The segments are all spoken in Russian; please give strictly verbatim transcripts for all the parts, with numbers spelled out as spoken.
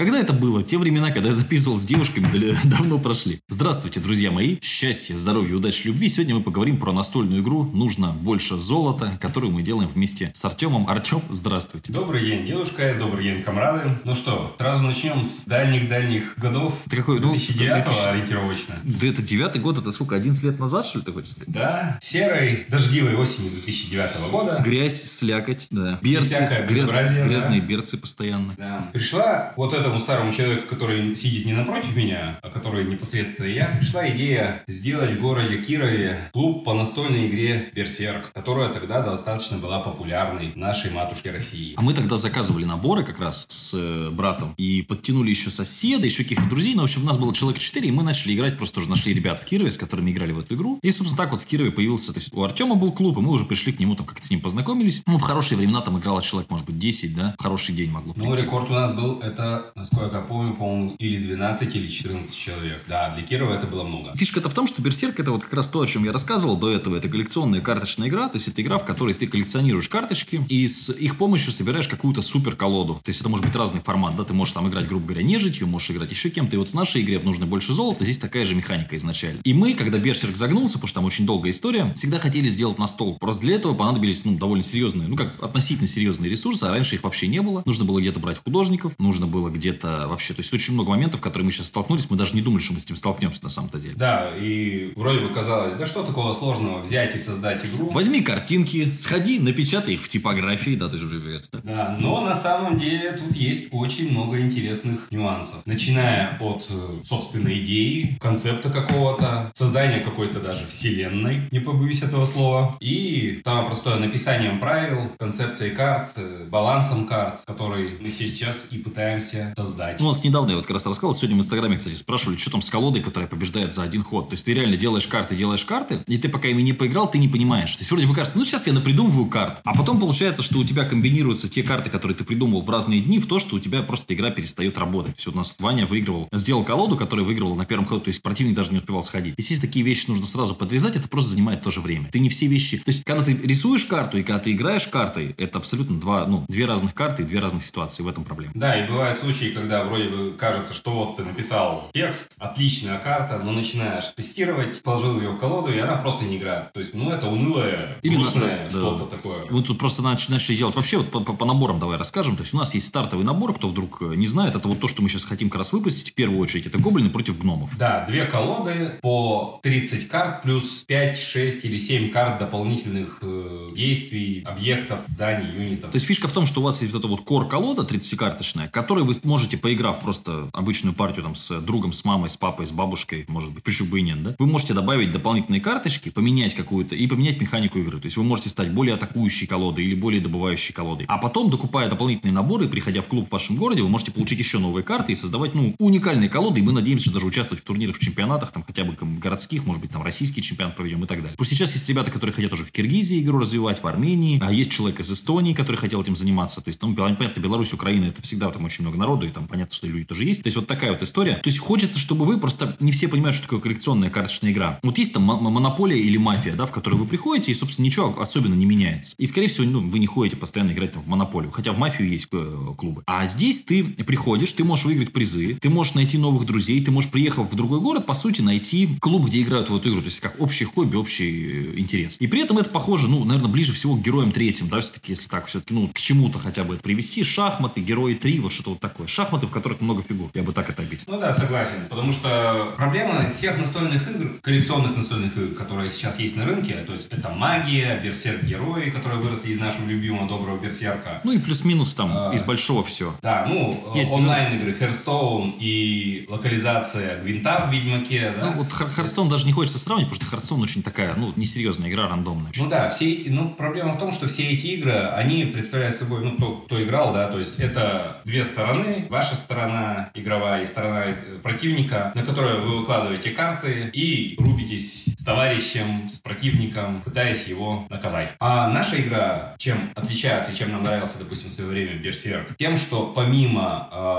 Когда это было? Те времена, когда я записывал с девушками, давно прошли. Здравствуйте, друзья мои. Счастья, здоровья, удачи, любви. Сегодня мы поговорим про настольную игру «Нужно больше золота», которую мы делаем вместе с Артемом. Артем, здравствуйте. Добрый день, дедушка. Добрый день, комрады. Ну что, сразу начнем с дальних-дальних годов. Ты какой, две тысячи девятого ориентировочно. Да это девятый год, это сколько, одиннадцать лет назад, что ли, ты хочешь сказать? Да. Серой, дождливой осенью две тысячи девятого года. Грязь, слякоть, да. Берцы, гряз, грязные да. берцы постоянно. Да. Пришла вот этому старому человеку, который сидит не напротив меня, а который непосредственно я, пришла идея сделать в городе Кирове клуб по настольной игре «Берсерк», которая тогда достаточно была популярной в нашей матушке России. А мы тогда заказывали наборы как раз с э, братом и подтянули еще соседа, еще каких-то друзей. Ну, в общем, у нас было человек четыре, и мы начали играть, просто уже нашли ребят в Кирове, с которыми играли в эту игру. И, собственно, так вот в Кирове появился, то есть у Артема был клуб, и мы уже пришли к нему, там как-то с ним познакомились. Ну, в хорошие времена там играло человек, может быть, десять, да, в хороший день могло прийти. Ну, рекорд у нас был, это, насколько я помню, по-моему, или двенадцать, или четырнадцать человек. Да, для Кирова это было много. Фишка-то в том, что Берсерк — это вот как раз то, о чем я рассказывал до этого. Это коллекционная карточная игра, то есть это игра, в которой ты коллекционируешь карточки и с их помощью собираешь какую-то супер колоду. То есть это может быть разный формат, да, ты можешь там играть, грубо говоря, нежитью, можешь играть еще кем-то. И вот в нашей игре в «Нужно больше золота» здесь такая же механика изначально. И мы, когда Берсерк загнулся, потому что там очень долгая история, всегда хотели сделать настол. Просто для этого понадобились, ну, довольно серьезные, ну, как относительно серьезные ресурсы, а раньше их вообще не было. Нужно было где-то брать художников, нужно было где-то вообще, то есть очень много моментов, в которые мы сейчас столкнулись, мы даже не думали, что мы с этим столкнемся на самом-то деле. Да, и вроде бы казалось, да что такого сложного взять и создать игру? Возьми картинки, сходи, напечатай их в типографии, да, то есть, да. Да, но на самом деле тут есть очень много интересных нюансов. Начиная от, собственно, идеи, концепта какого-то, создания какой-то даже вселенной, не побоюсь этого слова, и самое простое написанием правил, концепцией карт, балансом карт, который мы сейчас и пытаемся создать. Ну, вот недавно я вот как раз рассказывал, сегодня в Инстаграме, кстати, спрашивали, что там с колодой, которая побеждает за один ход. То есть ты реально делаешь карты, делаешь карты, и ты пока ими не поиграл, ты не понимаешь. То есть вроде бы кажется, ну сейчас я напридумываю карт, а потом получается, что у тебя комбинируются те карты, которые ты придумал в разные дни, в то, что у тебя просто игра перестает работать. То есть вот у нас Ваня выигрывал, сделал колоду, которая выигрывала на первом ходу, то есть противник даже не успевал сходить. Если такие вещи нужно сразу подрезать, это просто занимает тоже время. Ты не все вещи... То есть когда ты рисуешь карту и когда ты играешь картой, это абсолютно два, ну, две разных карты и две разных ситуации. В этом проблема. Да, и бывают случаи, когда вроде бы кажется, что вот ты написал текст, отличная карта, но начинаешь тестировать, положил ее в колоду, и она просто не играет. То есть, ну, это унылое, или грустное, да, что-то да. такое. Мы тут просто начали делать. Вообще, вот по, по, по наборам давай расскажем. То есть, у нас есть стартовый набор, кто вдруг не знает. Это вот то, что мы сейчас хотим как раз выпустить. В первую очередь, это гоблины против гномов. Да, две колоды по тридцать карт, плюс пять, шесть или семь карт дополнительных э, действий, объектов, зданий, юнитов. То есть, фишка в том, что у вас есть вот эта вот кор-колода тридцатикарточная, которой вы можете, поиграв просто обычную партию там с другом, с мамой, с папой, с бабушкой, может быть, почему бы и нет, да? Вы можете добавить дополнительные карточки, поменять какую-то и поменять механику игры. То есть, вы можете стать более атакующей колодой или более добывающей колодой. А потом, докупая дополнительные наборы, приходя в клуб в вашем городе, вы можете получить еще новые карты и создавать, ну, уникальные колоды. И мы надеемся даже участвовать в турнирах, в чемпионатах, там, хотя бы городских, может быть, там, российский чемпионат проведем и так далее. Потому что сейчас есть ребята, которые хотят уже в Киргизии игру развивать, в Армении, а есть человек из Эстонии, который хотел этим заниматься. То есть, там, понятно, Беларусь, Украина, это всегда там очень много народу, и там понятно, что люди тоже есть. То есть, вот такая вот история. То есть, хочется, чтобы вы просто... Не все понимают, что такое коллекционная карточная игра. Вот есть там монополия или мафия, да, в которую вы приходите, и, собственно, ничего особенно не меняется. И, скорее всего, ну, вы не ходите постоянно играть там в монополию. Хотя в мафию есть клубы. А здесь ты приходишь, ты можешь выиграть призы, ты можешь найти новых друзей, ты можешь, приехав в другой город, по сути, найти клуб, где играют в эту игру. То есть, как общее хобби, общий интерес. И при этом это похоже, ну, наверное, ближе всего к героям третьим, да, все-таки, если так, все-таки, ну, к чему-то хотя бы это привести. Шахматы, герои три, вот что-то вот такое. Шахматы, в которых много фигур. Я бы так это описал. Ну да, согласен. Потому что проблема всех настольных игр, коллекционных настольных игр, которые сейчас есть на рынке, то есть это магия, берсерк-герои, которые выросли из нашего любимого доброго берсерка. Ну и плюс-минус там а, из большого все. Да, ну, есть онлайн-игры Hearthstone и локализация Гвинта в Ведьмаке. Да? Ну вот Hearthstone даже не хочется сравнивать, потому что Hearthstone очень такая, ну, несерьезная игра, рандомная. Ну да, все эти, ну, проблема в том, что все эти игры, они представляют собой, ну, кто, кто играл, да, то есть это две стороны, ваша сторона игровая и сторона противника, на которую вы выкладываете карты и рубитесь с товарищем, с противником, пытаясь его наказать. А наша игра чем отличается и чем нам нравился, допустим, в свое время Берсерк? Тем, что помимо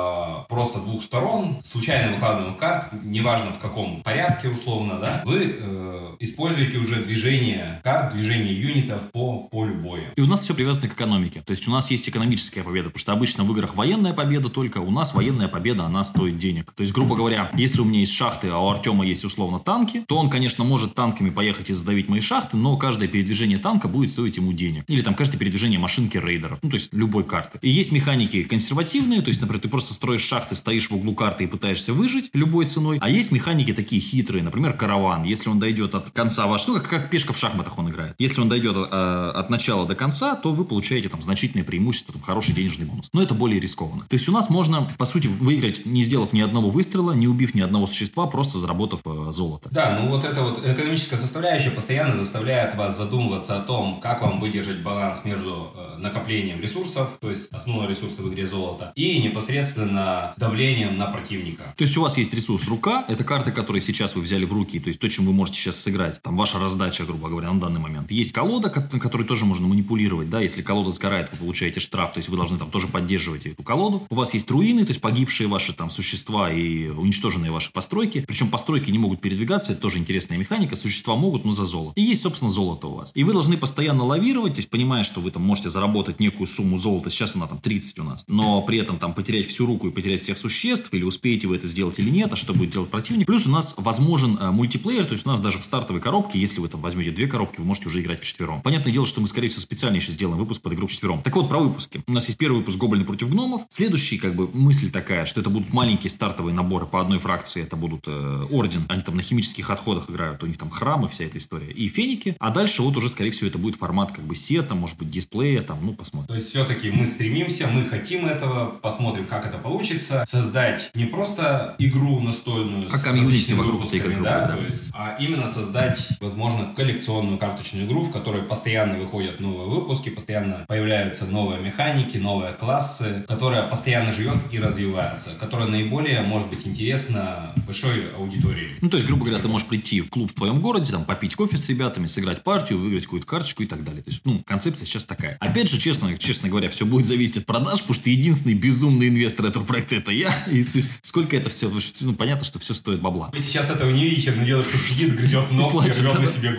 либо просто двух сторон, случайно выкладываемых карт, неважно в каком порядке условно, да, вы э, используете уже движение карт, движение юнитов по полю боя. И у нас все привязано к экономике. То есть у нас есть экономическая победа, потому что обычно в играх военная победа только, у нас военная победа, она стоит денег. То есть, грубо говоря, если у меня есть шахты, а у Артема есть условно танки, то он, конечно, может танками поехать и задавить мои шахты, но каждое передвижение танка будет стоить ему денег. Или там каждое передвижение машинки рейдеров. Ну, то есть любой карты. И есть механики консервативные, то есть, например, ты просто строишь шахты, стоишь в углу карты и пытаешься выжить любой ценой. А есть механики такие хитрые, например, караван. Если он дойдет от конца вашего, ну, как, как пешка в шахматах он играет. Если он дойдет э, от начала до конца, то вы получаете там значительное преимущество, там, хороший денежный бонус. Но это более рискованно. То есть у нас можно, по сути, выиграть, не сделав ни одного выстрела, не убив ни одного существа, просто заработав э, золото. Да, ну вот эта вот экономическая составляющая постоянно заставляет вас задумываться о том, как вам выдержать баланс между э, накоплением ресурсов, то есть основной ресурс в игре золото, и непосредственно давлением на противника. То есть у вас есть ресурс рука, это карты, которые сейчас вы взяли в руки, то есть то, чем вы можете сейчас сыграть, там ваша раздача, грубо говоря, на данный момент. Есть колода, которой тоже можно манипулировать, да, если колода сгорает, вы получаете штраф, то есть вы должны там тоже поддерживать эту колоду. У вас есть руины, то есть погибшие ваши там существа и уничтоженные ваши постройки, причем постройки не могут передвигаться, это тоже интересная механика, существа могут, но за золото. И есть, собственно, золото у вас. И вы должны постоянно лавировать, то есть понимая, что вы там можете заработать некую сумму золота, сейчас она там тридцать у нас, но при этом там потерять всю руку и потерять всех существ, или успеете вы это сделать или нет, а что будет делать противник. Плюс у нас возможен э, мультиплеер, то есть у нас даже в стартовой коробке, если вы там возьмете две коробки, вы можете уже играть вчетвером. Понятное дело, что мы, скорее всего, специально еще сделаем выпуск под игру вчетвером. Так вот, про выпуски. У нас есть первый выпуск «Гоблины против гномов». Следующий, как бы, мысль такая, что это будут маленькие стартовые наборы по одной фракции. Это будут э, Орден. Они там на химических отходах играют. У них там храмы, вся эта история. И феники. А дальше вот уже, скорее всего, это будет формат как бы сета, может быть, дисплея. Там, ну, посмотрим. То есть, все-таки мы стремимся, мы хотим этого. Посмотрим, как это получится. Создать не просто игру настольную а с комьюнити вокруг выпусками, игры, да, да. то есть, а именно создать, возможно, коллекционную карточную игру, в которой постоянно выходят новые выпуски, постоянно появляются новые механики, новые классы, которая постоянно живет и развивается, которая наиболее может быть интересна большой аудитории. Ну, то есть, грубо говоря, ты можешь прийти в клуб в твоем городе, там, попить кофе с ребятами, сыграть партию, выиграть какую-то карточку и так далее. То есть, ну, концепция сейчас такая. Опять же, честно, честно говоря, все будет зависеть от продаж, потому что единственный безумный инвестор этого проекта это я. И, то есть, сколько это все, ну, понятно, что все стоит бабла. Вы сейчас этого не видите, но девушка сидит, грызет ногти, рвет на себе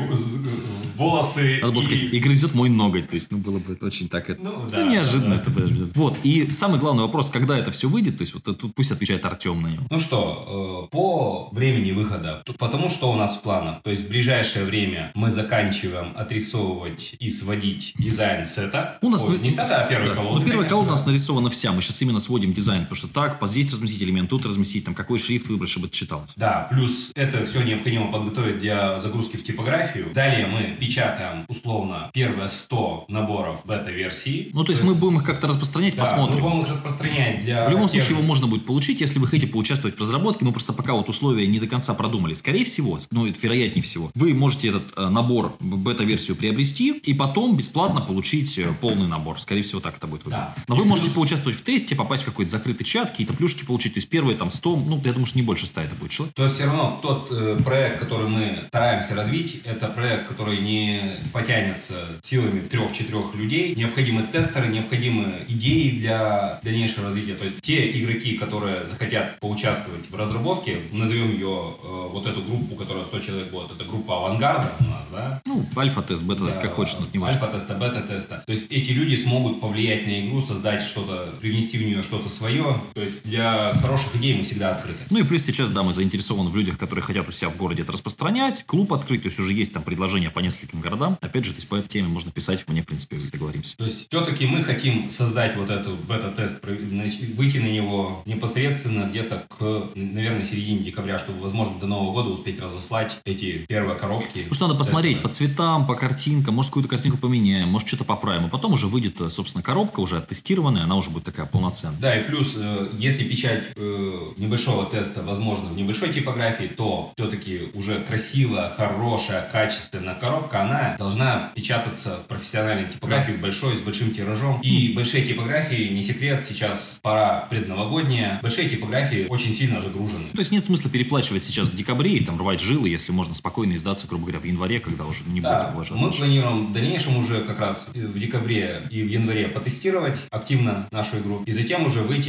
волосы. Надо было и... сказать, и грызет мой ноготь. То есть, ну, было бы очень так... Это, ну, да, да, неожиданно да, это подождет. Вот. И самый главный вопрос, когда это все выйдет, то есть, вот тут пусть отвечает Артем на него. Ну что, по времени выхода, потому что у нас в планах, то есть в ближайшее время мы заканчиваем отрисовывать и сводить дизайн сета. У нас Ой, не сета, а первой да. колоды. Ну, первая конечно, колода да. у нас нарисована вся. Мы сейчас именно сводим дизайн, потому что так, здесь разместить элемент, тут разместить, там какой шрифт выбрать, чтобы это читалось. Да, плюс это все необходимо подготовить для загрузки в типографию. Далее мы печатаем условно первые сто наборов бета-версии. Ну, то, то есть, есть мы будем их как-то распространять, да, посмотрим. мы будем их распространять для... В любом тех... случае его можно будет получить, если вы хотите поучаствовать в разработке. Мы просто пока вот условия не до конца продумали. Скорее всего, ну это вероятнее всего, вы можете этот э, набор, бета-версию приобрести и потом бесплатно получить э, полный набор. Скорее всего, так это будет выглядеть. Да. Но и вы плюс... можете поучаствовать в тесте, попасть в какой-то закрытый чат, какие-то плюшки получить. То есть первые там сто, ну я думаю, что не больше ста это будет человек. То есть все равно тот э, проект, который мы стараемся развить, это проект, который не потянется силами трех-четырех людей. Необходимы тестеры, необходимы идеи для дальнейшего развития. То есть те игроки, которые захотят поучаствовать в разработке, назовем ее э, вот эту группу, которая сто человек будет, это группа авангарда у нас, да? Ну, альфа-тест, бета-тест, да, как хочешь, но не важно. Альфа-теста, бета-теста. То есть эти люди смогут повлиять на игру, создать что-то, привнести в нее что-то свое. То есть для хороших идей мы всегда открыты. Ну и плюс сейчас, да, мы заинтересованы в людях, которые хотят у себя в городе это распространять, клуб открыть, то есть уже есть там предложения по нескольким городам. Опять же, то есть по этой теме можно писать, мне, в принципе, договоримся. То есть все-таки мы хотим создать вот эту бета-тест, выйти на него непосредственно где-то к, наверное, середине декабря, чтобы, возможно, до Нового года успеть разослать эти первые коробки. Потому что надо посмотреть тестовые. по цветам, по картинкам, может, какую-то картинку поменяем, может, что-то поправим, а потом уже выйдет, собственно, коробка уже оттестированная, она уже будет такая полноценная. Да, и плюс, если печать небольшого теста возможно в небольшой типографии, то все-таки уже красивая, хорошая, качественная коробка, она должна печататься в профессиональной типографии, да. большой, с большим тиражом. И большие типографии, не секрет, сейчас пора предновогодняя, большие типографии очень сильно загружены. То есть нет смысла переплачивать сейчас в декабре и там рвать жилы, если можно спокойно издаться, грубо говоря, в январе, когда уже не да, будет такого ажиотажа. Мы планируем в дальнейшем уже как раз в декабре и в январе потестировать активно нашу игру, и затем уже выйти в типографию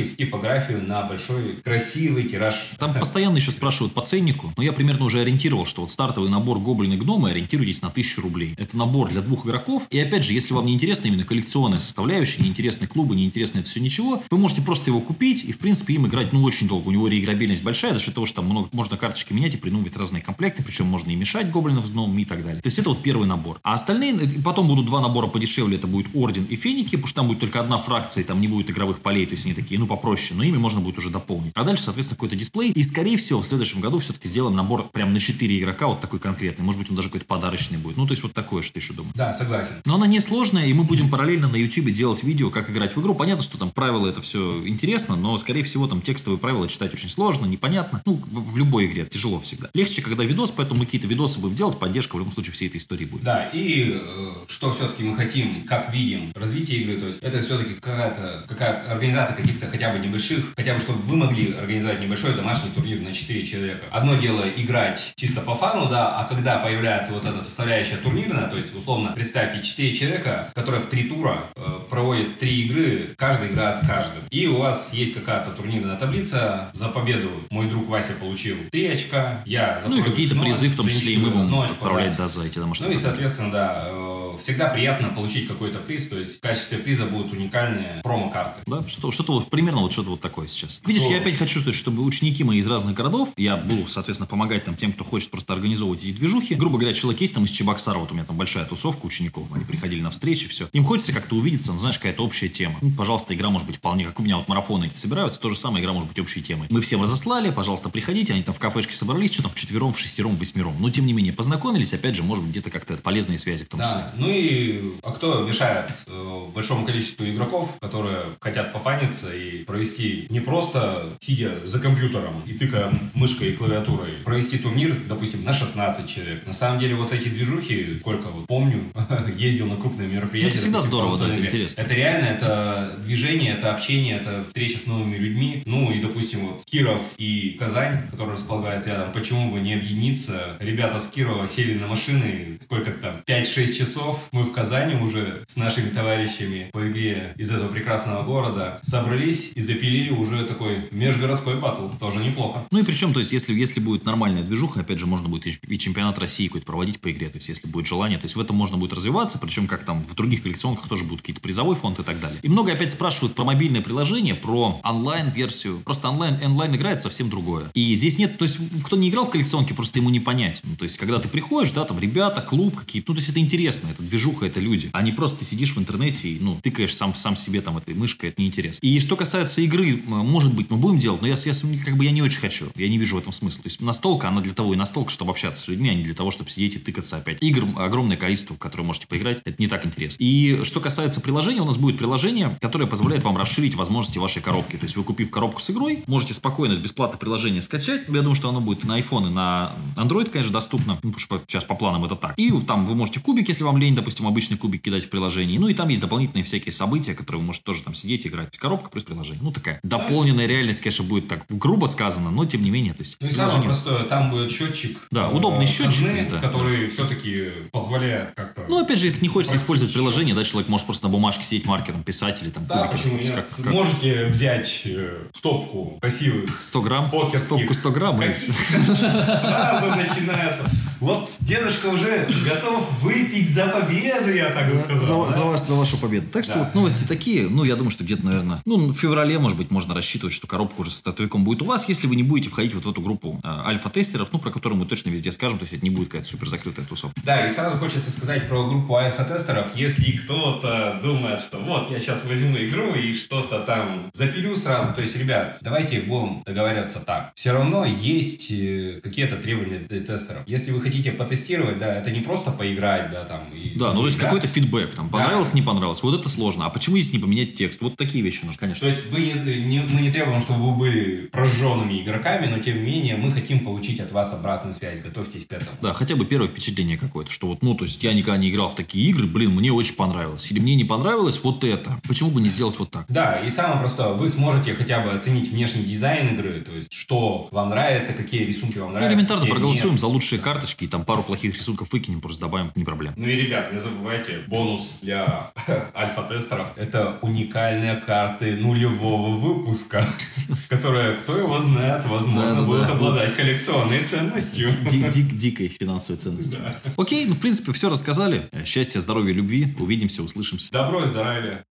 типографию на большой красивый тираж. Там постоянно еще спрашивают по ценнику, но я примерно уже ориентировал, что вот стартовый набор гоблины гномы ориентируйтесь на тысячу рублей. Это набор для двух игроков, и опять же, если вам не интересна именно коллекционная составляющая, не интересны клубы, не интересно это все ничего, вы можете просто его купить и в принципе им играть ну очень долго. У него реиграбельность большая за счет того, что там много, можно карточки менять и придумывать разные комплекты, причем можно и мешать гоблинов с гномами и так далее. То есть это вот первый набор. А остальные, потом будут два набора подешевле, это будет Орден и Феники, потому что там будет только одна фракция, и там не будет игровых полей, то есть они такие, ну попроще, но ими можно будет уже дополнить. А дальше, соответственно, какой-то дисплей. И скорее всего в следующем году все-таки сделаем набор прям на четыре игрока, вот такой конкретный. Может быть он даже какой-то подарочный будет. Ну то есть вот такое, что ты еще думаешь. Да, согласен. Но она не сложная, и мы будем параллельно на YouTube делать видео, как играть в игру. Понятно, что там правила это все интересно, но скорее всего там текстовые правила читать очень сложно, непонятно. Ну, в, в любой игре тяжело всегда. Легче, когда видос, поэтому мы какие-то видосы будем делать, поддержка в любом случае всей этой истории будет. Да, и э, что все-таки мы хотим, как видим, развитие игры, то есть это все-таки какая-то, какая-то организация каких-то хотя бы небольших, хотя бы чтобы вы могли организовать небольшой домашний турнир на четыре человека. Одно дело играть чисто по фану, да, а когда появляется вот эта составляющая турнирная, то есть условно представьте четыре человека, которые в три тура э, проводят три игры, каждый играет с каждым. И у вас есть какая-то турнирная таблица, за победу мой друг Вася получил три очка, я за ну и какие-то призы, в том числе и мы будем отправлять, да, за эти домашние. Ну и, соответственно, да, э, всегда приятно получить какой-то приз, то есть в качестве приза будут уникальные промо-карты. Да, что, что-то вот, примерно вот что-то вот такое сейчас. Видишь, то... я опять хочу, чтобы ученики мои из разных городов, я буду, соответственно, помогать там тем, кто хочет просто организовывать эти движухи. Грубо говоря, человек есть там из Чебоксара, вот у меня там большая тусовка учеников, они приходили на встречи, все. Им хочется как-то увидеться, ну, знаешь, какая-то общая тема. Ну, пожалуйста, игра может быть вполне, как у меня вот марафоны эти собираются, то же самое, игра может быть общей темой. Мы всем разослали, пожалуйста, приходите, они там в кафешке собрались, что там в четвером, в шестером, в восьмером. Но, тем не менее, познакомились, опять же, может быть, где-то как-то полезные связи в том числе. Да, ну и а кто мешает э, большому количеству игроков, которые хотят пофаниться и провести не просто сидя за компьютером и тыкая мышкой и клавиатурой, провести турнир, допустим, на шестнадцать человек. На самом деле, вот эти движухи, сколько вот помню, ездил на крупные мероприятия. Это всегда здорово, да, это интересно. Это реально, это движение, это общение, это встреча с новыми людьми. Ну и, допустим, вот Киров и Казань, которые располагаются рядом, почему бы не объединиться? Ребята с Кирова сели на машины, сколько там, пять-шесть часов. Мы в Казани уже с нашими товарищами по игре из этого прекрасного города собрались и запилили уже такой межгородской баттл. Тоже неплохо. Ну и причем, то есть, если, если будет нормальная движуха, опять же, можно будет и чемпионат России какой-то проводить по игре, то есть, если будет желание, то есть, в этом можно будет развиваться, причем, как там в других коллекционках тоже будут какие-то призовой фонд и так далее. И много опять спрашивают про мобильное приложение, про онлайн-версию. Просто онлайн, онлайн играет совсем другое. И здесь нет, то есть, кто не играл в коллекционке, просто ему не понять. Ну, то есть, когда ты приходишь, да, там ребята, клуб какие-то, ну, то есть, это интересно, это движуха, это люди. А не просто ты сидишь в интернете и, ну, тыкаешь сам, сам себе там этой мышкой, это неинтересно. И что касается игры, может быть, мы будем делать, но я, я как бы я не очень хочу. Я не вижу в этом смысла. То есть, настолка, она для того и настолка, чтобы общаться с людьми, а не для того, чтобы сидеть и тыкаться опять. Игр огромное количество, в которые можете поиграть. Это не так интересно. И что касается приложения, у нас будет приложение, которое позволяет вам расширить возможности вашей коробки. То есть, вы купив коробку с игрой, можете спокойно бесплатно приложение скачать. Я думаю, что оно будет на iPhone и на Android, конечно, доступно. Ну, потому что сейчас по планам это так. И там вы можете кубик, если вам лень, допустим, обычный кубик кидать в приложении. Ну и там есть дополнительные всякие события, которые вы можете тоже там сидеть, играть. Коробка плюс приложение. Ну, такая дополненная реальность, конечно, будет так грубо сказано, но тем не менее. То есть, ну и самое простое, там будет счетчик. Да, удобный счетчик. Казны, есть, да, который да. все-таки позволяет как-то... Ну, опять же, если не хочется использовать приложение, да, человек может просто на бумажке сидеть маркером писать или там да, кубики. Почему нет? Как, как... Можете взять э, стопку красивых сто грамм, покерских, стопку сто грамм. Сразу начинается. Вот дедушка уже готов выпить за победу, я так бы сказал. За, да? за, ваш, за вашу победу. Так что да. Вот новости такие. Ну, я думаю, что где-то, наверное, ну, в феврале, может быть, можно рассчитывать, что коробка уже с статуиком будет у вас, если вы не будете входить вот в эту группу э, альфа-тестеров, ну, про которую мы точно везде скажем, то есть это не будет какая-то супер закрытая тусовка. Да, и сразу хочется сказать про группу альфа-тестеров. Если кто-то думает, что вот, я сейчас возьму игру и что-то там запилю сразу, то есть, ребят, давайте будем договариваться так. Все равно есть какие-то требования для тестеров. Если вы хотите потестировать, да, это не просто поиграть, да, там. И да, ну, то есть, да? Какой-то фидбэк, там, понравилось, да. Не понравилось, вот это сложно. А почему здесь не поменять текст? Вот такие вещи нужно, конечно. То есть, вы не, не, мы не требуем, чтобы вы были прожженными игроками, но, тем не менее, мы хотим получить от вас обратную связь. Готовьтесь к этому. Да, хотя бы первое впечатление какое-то, что вот, ну, то есть, я никогда не играл в такие игры, блин, мне очень понравилось. Или мне не понравилось вот это. Почему бы не сделать вот так? Да, и самое простое, вы сможете хотя бы оценить внешний дизайн игры, то есть, что вам нравится, какие рисунки вам нравятся. Ну, элементарно проголосуем нет. за лучшие карточки. карточки, и там пару плохих рисунков выкинем, просто добавим, не проблема. Ну и, ребят, не забывайте, бонус для альфа-тестеров – это уникальные карты нулевого выпуска, которые, кто его знает, возможно, будут обладать коллекционной ценностью. Дикой финансовой ценностью. Окей, ну, в принципе, все рассказали. Счастья, здоровья, любви. Увидимся, услышимся. Добро и здоровья.